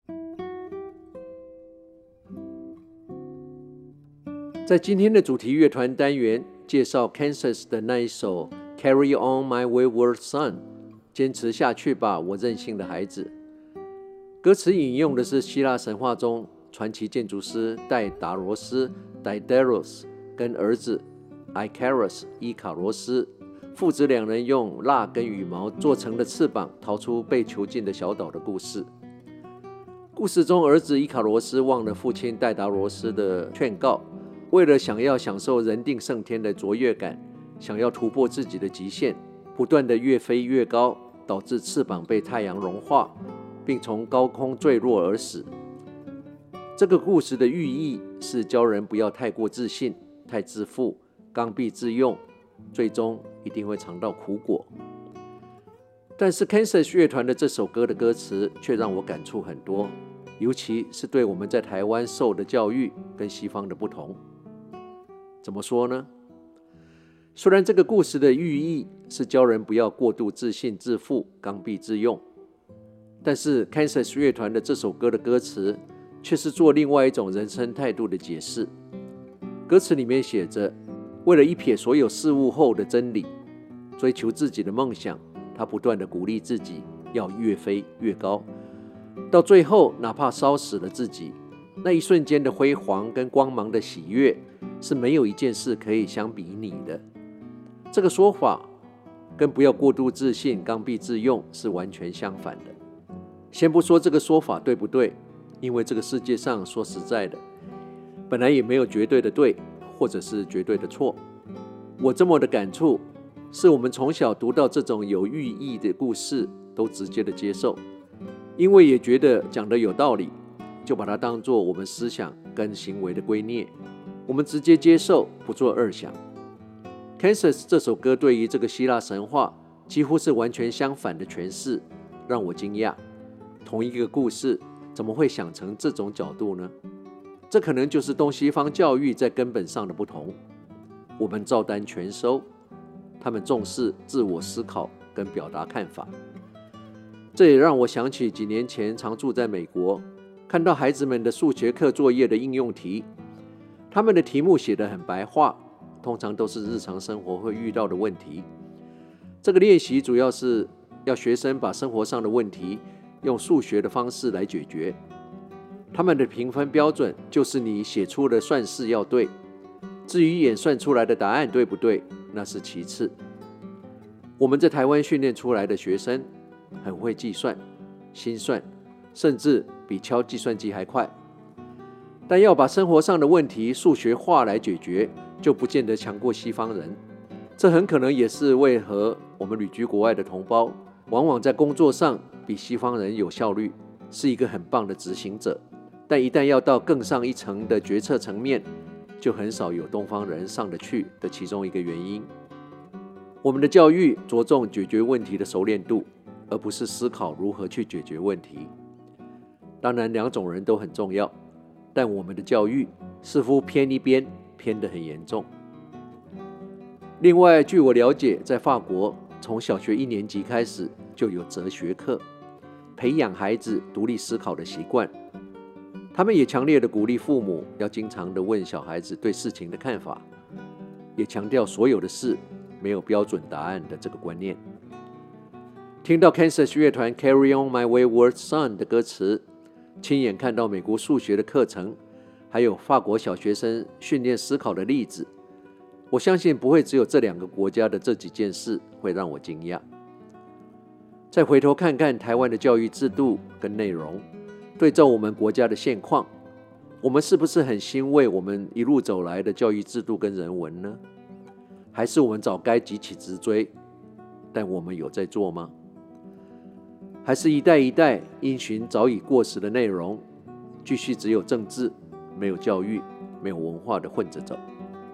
在今天的主题乐团单元介绍 Kansas 的那一首 Carry on my wayward son， 坚持下去吧，我任性的孩子。歌词引用的是希腊神话中传奇建筑师戴达罗斯 Daedalus 跟儿子 Icarus 伊卡罗斯父子两人用蜡跟羽毛做成的翅膀逃出被囚禁的小岛的故事。故事中，儿子伊卡罗斯忘了父亲戴达罗斯的劝告，为了想要享受人定胜天的卓越感，想要突破自己的极限，不断的越飞越高，导致翅膀被太阳融化，并从高空坠落而死。这个故事的寓意是教人不要太过自信、太自负、刚愎自用，最终一定会尝到苦果。但是 Kansas 乐团的这首歌的歌词却让我感触很多，尤其是对我们在台湾受的教育跟西方的不同。怎么说呢？虽然这个故事的寓意是教人不要过度自信自负、刚愎自用，但是 Kansas 乐团的这首歌的歌词却是做另外一种人生态度的解释。歌词里面写着，为了一瞥所有事物后的真理，追求自己的梦想，他不断地鼓励自己要越飞越高，到最后哪怕烧死了自己，那一瞬间的辉煌跟光芒的喜悦是没有一件事可以相比拟的。这个说法跟不要过度自信、刚愎自用是完全相反的。先不说这个说法对不对，因为这个世界上说实在的，本来也没有绝对的对，或者是绝对的错。我这么的感触，是我们从小读到这种有寓意的故事都直接的接受，因为也觉得讲得有道理，就把它当作我们思想跟行为的圭臬，我们直接接受，不做二想。Kansas 这首歌对于这个希腊神话几乎是完全相反的诠释，让我惊讶。同一个故事怎么会想成这种角度呢？这可能就是东西方教育在根本上的不同。我们照单全收，他们重视自我思考跟表达看法。这也让我想起几年前常住在美国，看到孩子们的数学课作业的应用题，他们的题目写得很白话，通常都是日常生活会遇到的问题。这个练习主要是要学生把生活上的问题用数学的方式来解决。他们的评分标准就是你写出的算式要对，至于演算出来的答案对不对，那是其次。我们在台湾训练出来的学生很会计算、心算，甚至比敲计算机还快，但要把生活上的问题数学化来解决，就不见得强过西方人。这很可能也是为何我们旅居国外的同胞往往在工作上比西方人有效率，是一个很棒的执行者，但一旦要到更上一层的决策层面，就很少有东方人上得去的其中一个原因。我们的教育着重解决问题的熟练度，而不是思考如何去解决问题。当然两种人都很重要，但我们的教育似乎偏一边，偏得很严重。另外，据我了解，在法国从小学1年级开始就有哲学课，培养孩子独立思考的习惯。他们也强烈的鼓励父母要经常的问小孩子对事情的看法，也强调所有的事没有标准答案的这个观念。听到 Kansas 乐团 Carry on my wayward son 的歌词，亲眼看到美国数学的课程，还有法国小学生训练思考的例子，我相信不会只有这2个国家的这几件事会让我惊讶。再回头看看台湾的教育制度跟内容，对照我们国家的现况，我们是不是很欣慰我们一路走来的教育制度跟人文呢？还是我们早该急起直追，但我们有在做吗？还是一代一代因循早已过时的内容，继续只有政治，没有教育，没有文化的混着走？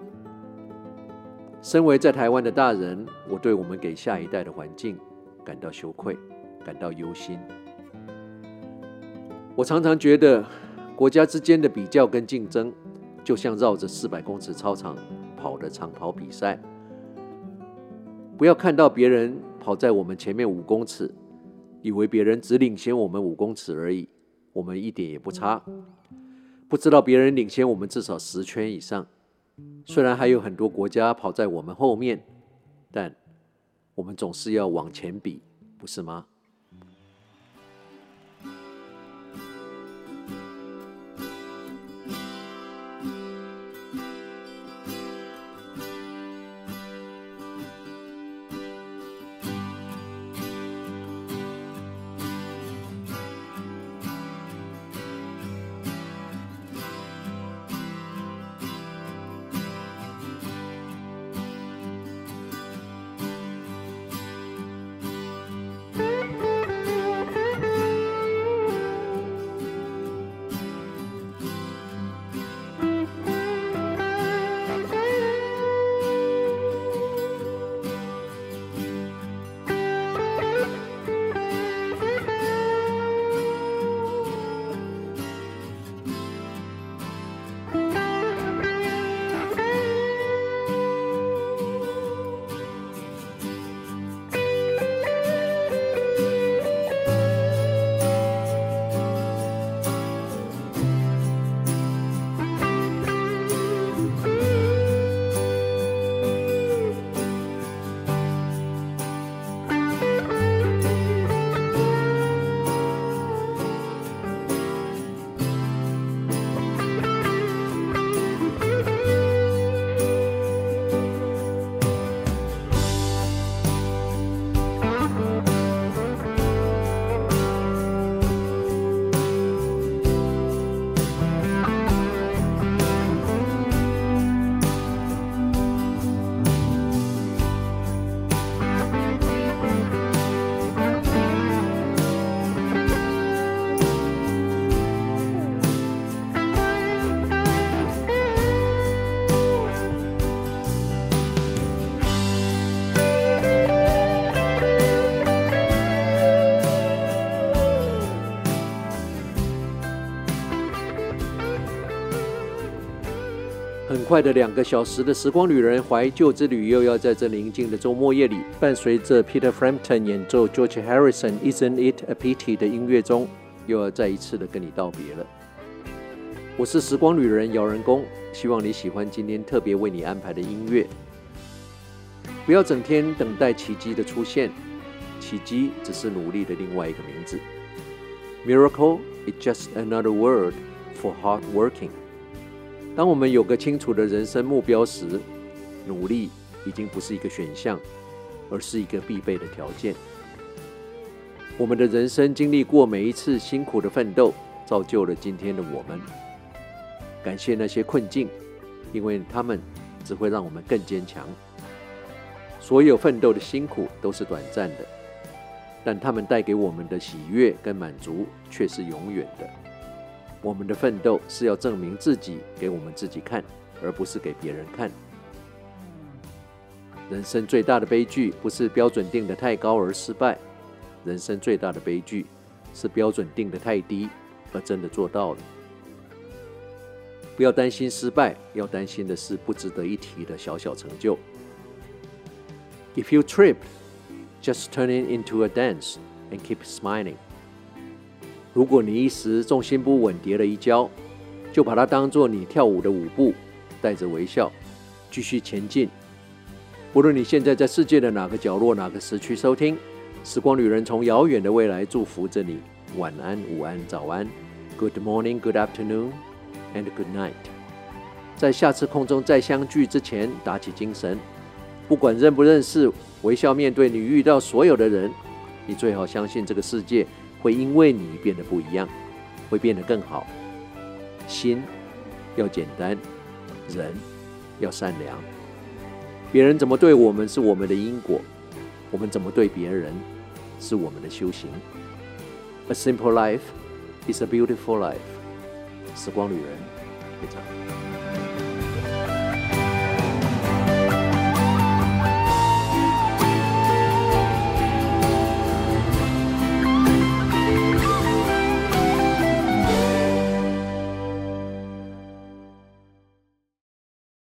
身为在台湾的大人，我对我们给下一代的环境感到羞愧，感到忧心。我常常觉得国家之间的比较跟竞争，就像绕着400公尺操场跑的长跑比赛。不要看到别人跑在我们前面5公尺，以为别人只领先我们5公尺而已， 我们一点也不差，不知道别人领先我们至少10圈以上。虽然还有很多国家跑在我们后面，但我们总是要往前比，不是吗？很快的2个小时的时光旅人怀旧之旅又要在这宁静的周末夜里，伴随着 Peter Frampton 演奏 George Harrison Isn't It a Pity 的音乐中，又要再一次的跟你道别了。我是时光旅人姚人工，希望你喜欢今天特别为你安排的音乐。不要整天等待奇迹的出现，奇迹只是努力的另外一个名字。Miracle is just another word for hard working。当我们有个清楚的人生目标时，努力已经不是一个选项，而是一个必备的条件。我们的人生经历过每一次辛苦的奋斗，造就了今天的我们。感谢那些困境，因为他们只会让我们更坚强。所有奋斗的辛苦都是短暂的，但他们带给我们的喜悦跟满足却是永远的。我们的奋斗是要证明自己给我们自己看，而不是给别人看。人生最大的悲剧不是标准定得太高而失败，人生最大的悲剧是标准定得太低而真的做到了。不要担心失败，要担心的是不值得一提的小小成就。If you trip, just turn it into a dance and keep smiling. 如果你一时重心不稳跌了一跤，就把它当作你跳舞的舞步，带着微笑继续前进。不论你现在在世界的哪个角落哪个时区收听，时光旅人从遥远的未来祝福着你。晚安、午安、早安 Good morning, good afternoon and good night。 在下次空中再相聚之前，打起精神，不管认不认识，微笑面对你遇到所有的人。你最好相信这个世界会因为你变得不一样，会变得更好。心要简单，人要善良。别人怎么对我们是我们的因果，我们怎么对别人是我们的修行。A simple life is a beautiful life。时光旅人，非常。